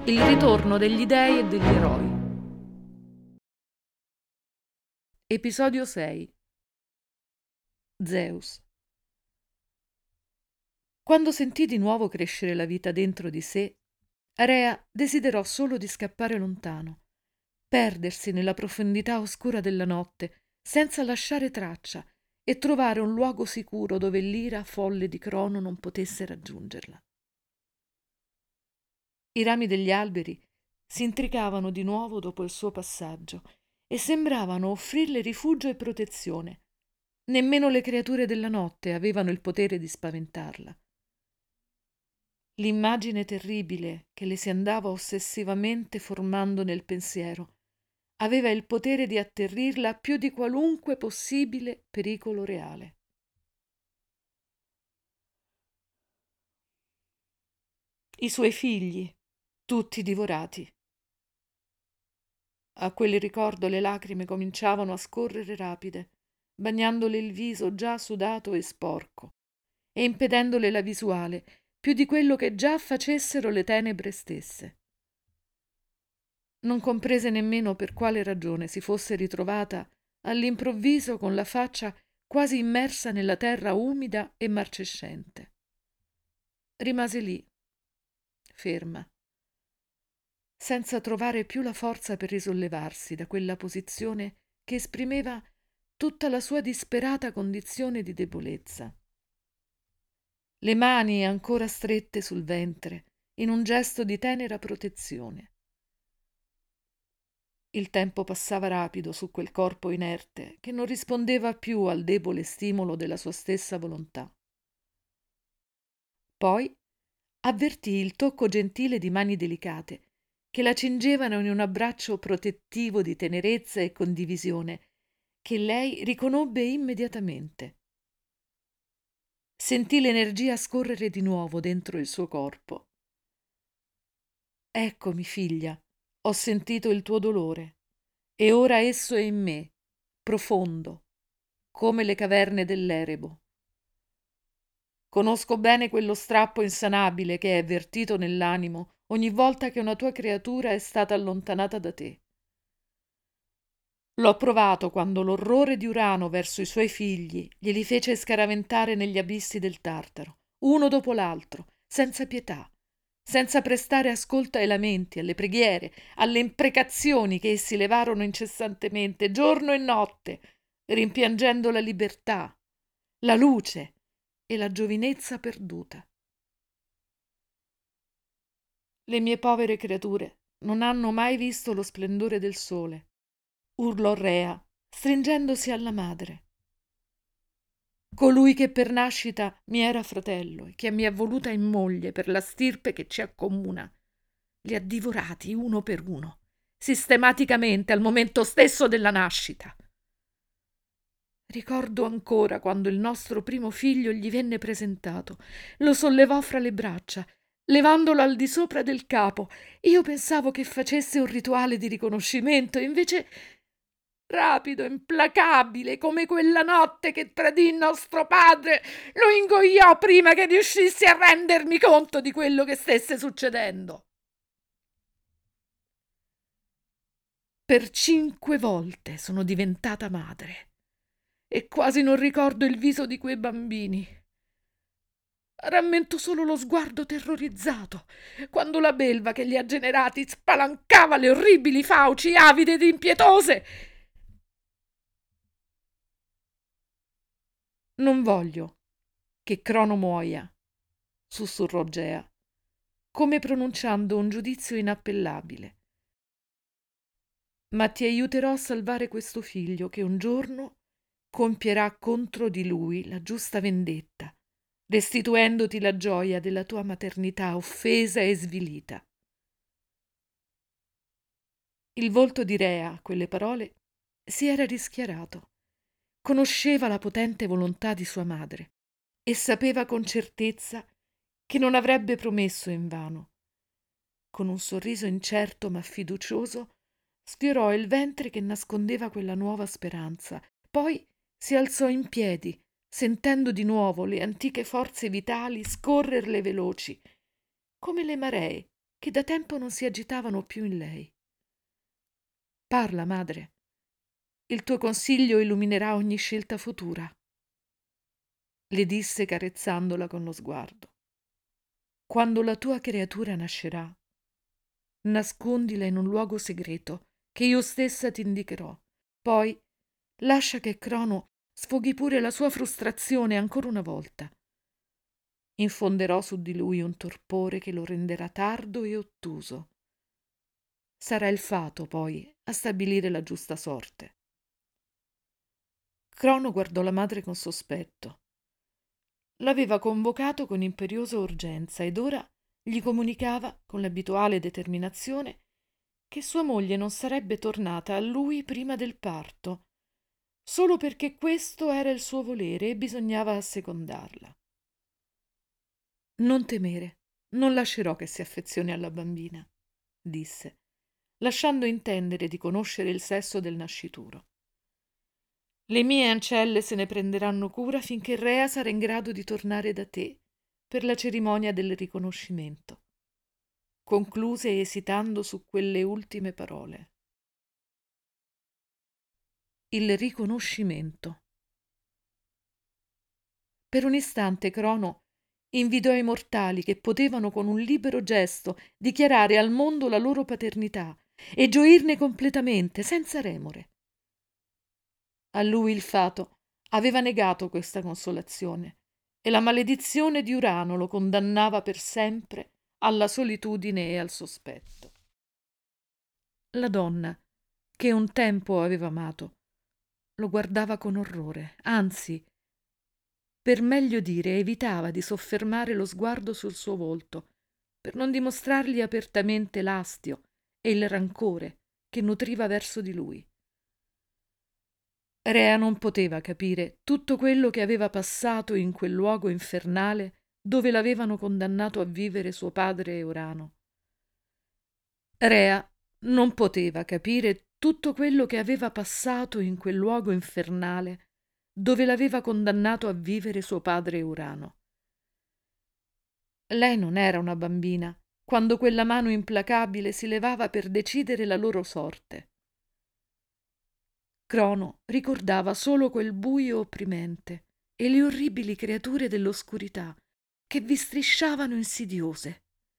Il ritorno degli dei e degli eroi. Episodio 6. Zeus. Quando sentì di nuovo crescere la vita dentro di sé, Rea desiderò solo di scappare lontano, perdersi nella profondità oscura della notte, senza lasciare traccia, e trovare un luogo sicuro dove l'ira folle di Crono non potesse raggiungerla. I rami degli alberi si intricavano di nuovo dopo il suo passaggio e sembravano offrirle rifugio e protezione. Nemmeno le creature della notte avevano il potere di spaventarla. L'immagine terribile che le si andava ossessivamente formando nel pensiero aveva il potere di atterrirla più di qualunque possibile pericolo reale. I suoi figli, tutti divorati. A quel ricordo le lacrime cominciavano a scorrere rapide, bagnandole il viso già sudato e sporco, e impedendole la visuale più di quello che già facessero le tenebre stesse. Non comprese nemmeno per quale ragione si fosse ritrovata all'improvviso con la faccia quasi immersa nella terra umida e marcescente. Rimase lì, ferma, senza trovare più la forza per risollevarsi da quella posizione che esprimeva tutta la sua disperata condizione di debolezza. Le mani ancora strette sul ventre, in un gesto di tenera protezione. Il tempo passava rapido su quel corpo inerte che non rispondeva più al debole stimolo della sua stessa volontà. Poi avvertì il tocco gentile di mani delicate che la cingevano in un abbraccio protettivo di tenerezza e condivisione, che lei riconobbe immediatamente. Sentì l'energia scorrere di nuovo dentro il suo corpo. Eccomi, figlia, ho sentito il tuo dolore, e ora esso è in me, profondo, come le caverne dell'Erebo. Conosco bene quello strappo insanabile che è avvertito nell'animo ogni volta che una tua creatura è stata allontanata da te. L'ho provato quando l'orrore di Urano verso i suoi figli glieli fece scaraventare negli abissi del Tartaro, uno dopo l'altro, senza pietà, senza prestare ascolto ai lamenti, alle preghiere, alle imprecazioni che essi levarono incessantemente, giorno e notte, rimpiangendo la libertà, la luce e la giovinezza perduta. Le mie povere creature non hanno mai visto lo splendore del sole, urlò Rea, stringendosi alla madre. Colui che per nascita mi era fratello e che mi ha voluta in moglie per la stirpe che ci accomuna, li ha divorati uno per uno, sistematicamente al momento stesso della nascita. Ricordo ancora quando il nostro primo figlio gli venne presentato. Lo sollevò fra le braccia, levandolo al di sopra del capo. Io pensavo che facesse un rituale di riconoscimento, invece rapido, implacabile, come quella notte che tradì il nostro padre, lo ingoiò prima che riuscissi a rendermi conto di quello che stesse succedendo. Per 5 volte sono diventata madre e quasi non ricordo il viso di quei bambini. Rammento solo lo sguardo terrorizzato, quando la belva che li ha generati spalancava le orribili fauci avide ed impietose. Non voglio che Crono muoia, sussurrò Gea, come pronunciando un giudizio inappellabile. Ma ti aiuterò a salvare questo figlio che un giorno compierà contro di lui la giusta vendetta, restituendoti la gioia della tua maternità offesa e svilita. Il volto di Rea, a quelle parole, si era rischiarato. Conosceva la potente volontà di sua madre e sapeva con certezza che non avrebbe promesso invano. Con un sorriso incerto ma fiducioso, sfiorò il ventre che nascondeva quella nuova speranza. Poi si alzò in piedi, sentendo di nuovo le antiche forze vitali scorrerle veloci, come le maree che da tempo non si agitavano più in lei. Parla, madre. Il tuo consiglio illuminerà ogni scelta futura, le disse carezzandola con lo sguardo. Quando la tua creatura nascerà, nascondila in un luogo segreto che io stessa ti indicherò. Poi lascia che Crono sfoghi pure la sua frustrazione ancora una volta. Infonderò su di lui un torpore che lo renderà tardo e ottuso. Sarà il fato, poi, a stabilire la giusta sorte. Crono guardò la madre con sospetto. L'aveva convocato con imperiosa urgenza ed ora gli comunicava, con l'abituale determinazione, che sua moglie non sarebbe tornata a lui prima del parto, solo perché questo era il suo volere e bisognava assecondarla. Non temere, non lascerò che si affezioni alla bambina, disse, lasciando intendere di conoscere il sesso del nascituro. Le mie ancelle se ne prenderanno cura finché Rea sarà in grado di tornare da te per la cerimonia del riconoscimento. Concluse esitando su quelle ultime parole. Il riconoscimento. Per un istante Crono invidò i mortali che potevano con un libero gesto dichiarare al mondo la loro paternità e gioirne completamente, senza remore. A lui il fato aveva negato questa consolazione e la maledizione di Urano lo condannava per sempre alla solitudine e al sospetto. La donna, che un tempo aveva amato, lo guardava con orrore, anzi, per meglio dire, evitava di soffermare lo sguardo sul suo volto, per non dimostrargli apertamente l'astio e il rancore che nutriva verso di lui. Rea non poteva capire tutto quello che aveva passato in quel luogo infernale dove l'avevano condannato a vivere suo padre e Urano. Rea non poteva capire tutto quello che aveva passato in quel luogo infernale dove l'aveva condannato a vivere suo padre Urano. Lei non era una bambina quando quella mano implacabile si levava per decidere la loro sorte. Crono ricordava solo quel buio opprimente e le orribili creature dell'oscurità che vi strisciavano insidiose.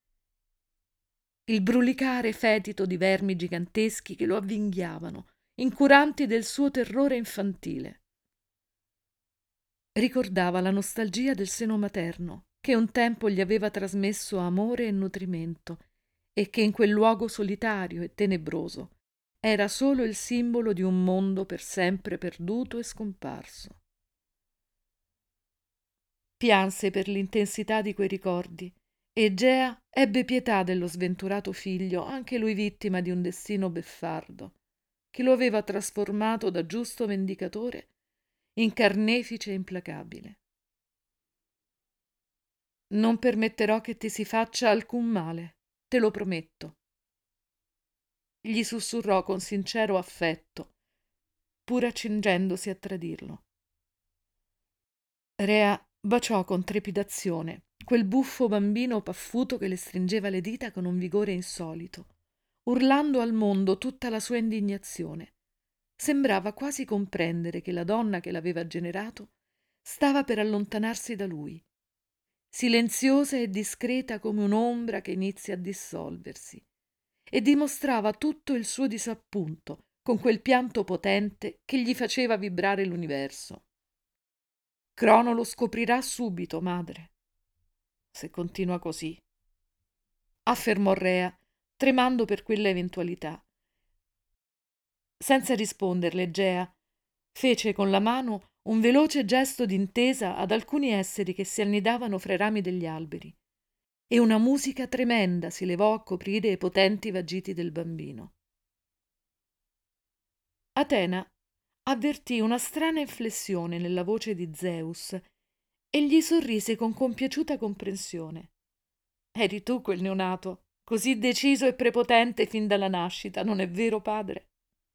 Il brulicare fetito di vermi giganteschi che lo avvinghiavano, incuranti del suo terrore infantile. Ricordava la nostalgia del seno materno, che un tempo gli aveva trasmesso amore e nutrimento, e che in quel luogo solitario e tenebroso era solo il simbolo di un mondo per sempre perduto e scomparso. Pianse per l'intensità di quei ricordi e Gea ebbe pietà dello sventurato figlio, anche lui vittima di un destino beffardo, che lo aveva trasformato da giusto vendicatore in carnefice implacabile. Non permetterò che ti si faccia alcun male, te lo prometto. Gli sussurrò con sincero affetto, pur accingendosi a tradirlo. Rea baciò con trepidazione quel buffo bambino paffuto che le stringeva le dita con un vigore insolito, urlando al mondo tutta la sua indignazione. Sembrava quasi comprendere che la donna che l'aveva generato stava per allontanarsi da lui, silenziosa e discreta come un'ombra che inizia a dissolversi, e dimostrava tutto il suo disappunto con quel pianto potente che gli faceva vibrare l'universo. Crono lo scoprirà subito, madre, se continua così, affermò Rea, tremando per quella eventualità. Senza risponderle, Gea fece con la mano un veloce gesto d'intesa ad alcuni esseri che si annidavano fra i rami degli alberi, e una musica tremenda si levò a coprire i potenti vagiti del bambino. Atena avvertì una strana inflessione nella voce di Zeus e gli sorrise con compiaciuta comprensione. Eri tu quel neonato, così deciso e prepotente fin dalla nascita, non è vero, padre?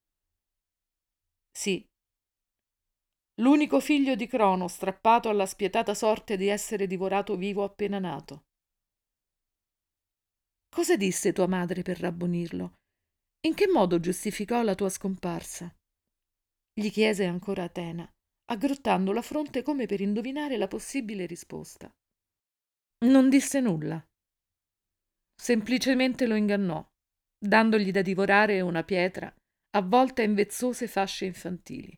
Sì. L'unico figlio di Crono, strappato alla spietata sorte di essere divorato vivo appena nato. Cosa disse tua madre per rabbonirlo? In che modo giustificò la tua scomparsa? Gli chiese ancora Atena, aggrottando la fronte come per indovinare la possibile risposta. Non disse nulla. Semplicemente lo ingannò, dandogli da divorare una pietra avvolta in vezzose fasce infantili.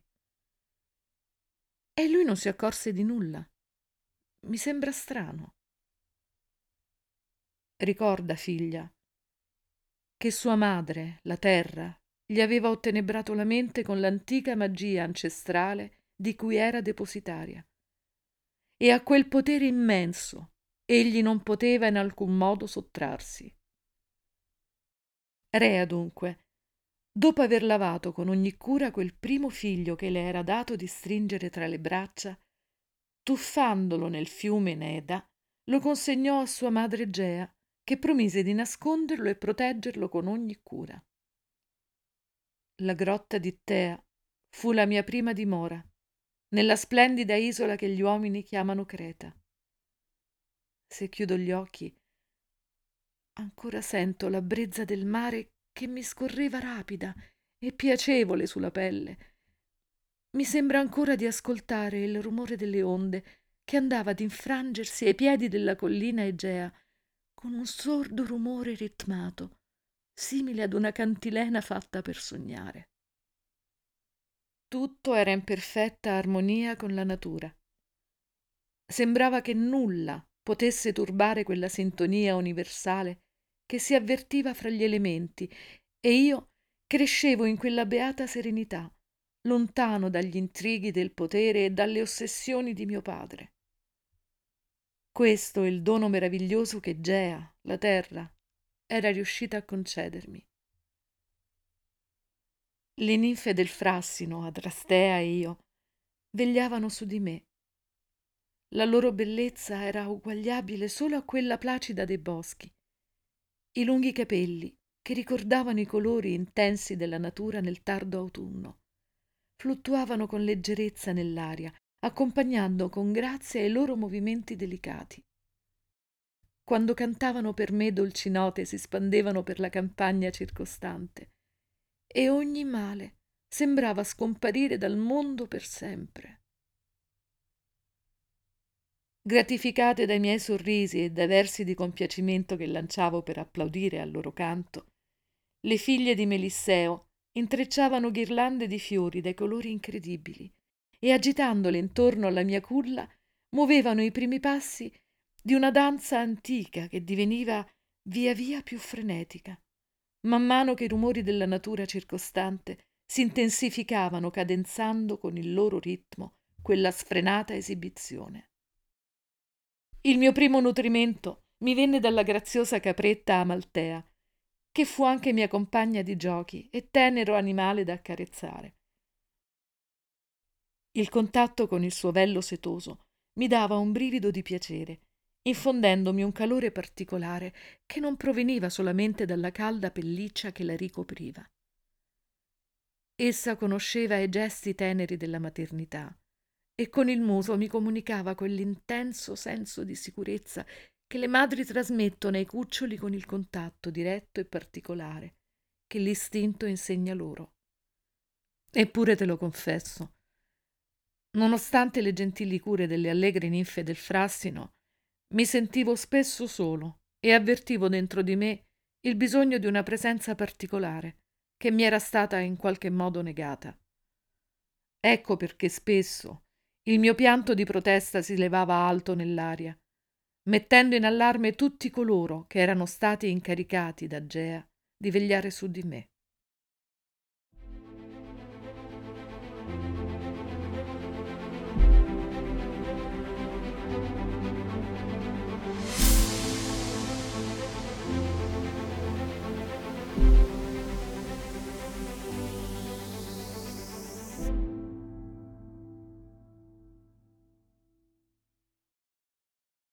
E lui non si accorse di nulla. Mi sembra strano. Ricorda, figlia, che sua madre, la terra, gli aveva ottenebrato la mente con l'antica magia ancestrale di cui era depositaria. E a quel potere immenso egli non poteva in alcun modo sottrarsi. Rea, dunque, dopo aver lavato con ogni cura quel primo figlio che le era dato di stringere tra le braccia, tuffandolo nel fiume Neda, lo consegnò a sua madre Gea, che promise di nasconderlo e proteggerlo con ogni cura. La grotta di Tea fu la mia prima dimora, nella splendida isola che gli uomini chiamano Creta. Se chiudo gli occhi, ancora sento la brezza del mare che mi scorreva rapida e piacevole sulla pelle. Mi sembra ancora di ascoltare il rumore delle onde che andava ad infrangersi ai piedi della collina Egea con un sordo rumore ritmato, simile ad una cantilena fatta per sognare. Tutto era in perfetta armonia con la natura. Sembrava che nulla potesse turbare quella sintonia universale che si avvertiva fra gli elementi, e io crescevo in quella beata serenità, lontano dagli intrighi del potere e dalle ossessioni di mio padre. Questo è il dono meraviglioso che Gea, la terra, era riuscita a concedermi. Le ninfe del Frassino, Adrastea e io, vegliavano su di me. La loro bellezza era uguagliabile solo a quella placida dei boschi. I lunghi capelli, che ricordavano i colori intensi della natura nel tardo autunno, fluttuavano con leggerezza nell'aria, accompagnando con grazia i loro movimenti delicati. Quando cantavano per me dolci note si spandevano per la campagna circostante, e ogni male sembrava scomparire dal mondo per sempre. Gratificate dai miei sorrisi e dai versi di compiacimento che lanciavo per applaudire al loro canto, le figlie di Melisseo intrecciavano ghirlande di fiori dai colori incredibili e, agitandole intorno alla mia culla, muovevano i primi passi di una danza antica che diveniva via via più frenetica, man mano che i rumori della natura circostante si intensificavano cadenzando con il loro ritmo quella sfrenata esibizione. Il mio primo nutrimento mi venne dalla graziosa capretta Amaltea, che fu anche mia compagna di giochi e tenero animale da accarezzare. Il contatto con il suo vello setoso mi dava un brivido di piacere, infondendomi un calore particolare che non proveniva solamente dalla calda pelliccia che la ricopriva. Essa conosceva i gesti teneri della maternità e con il muso mi comunicava quell'intenso senso di sicurezza che le madri trasmettono ai cuccioli con il contatto diretto e particolare che l'istinto insegna loro. Eppure te lo confesso, nonostante le gentili cure delle allegre ninfe del Frassino, mi sentivo spesso solo e avvertivo dentro di me il bisogno di una presenza particolare che mi era stata in qualche modo negata. Ecco perché spesso il mio pianto di protesta si levava alto nell'aria, mettendo in allarme tutti coloro che erano stati incaricati da Gea di vegliare su di me.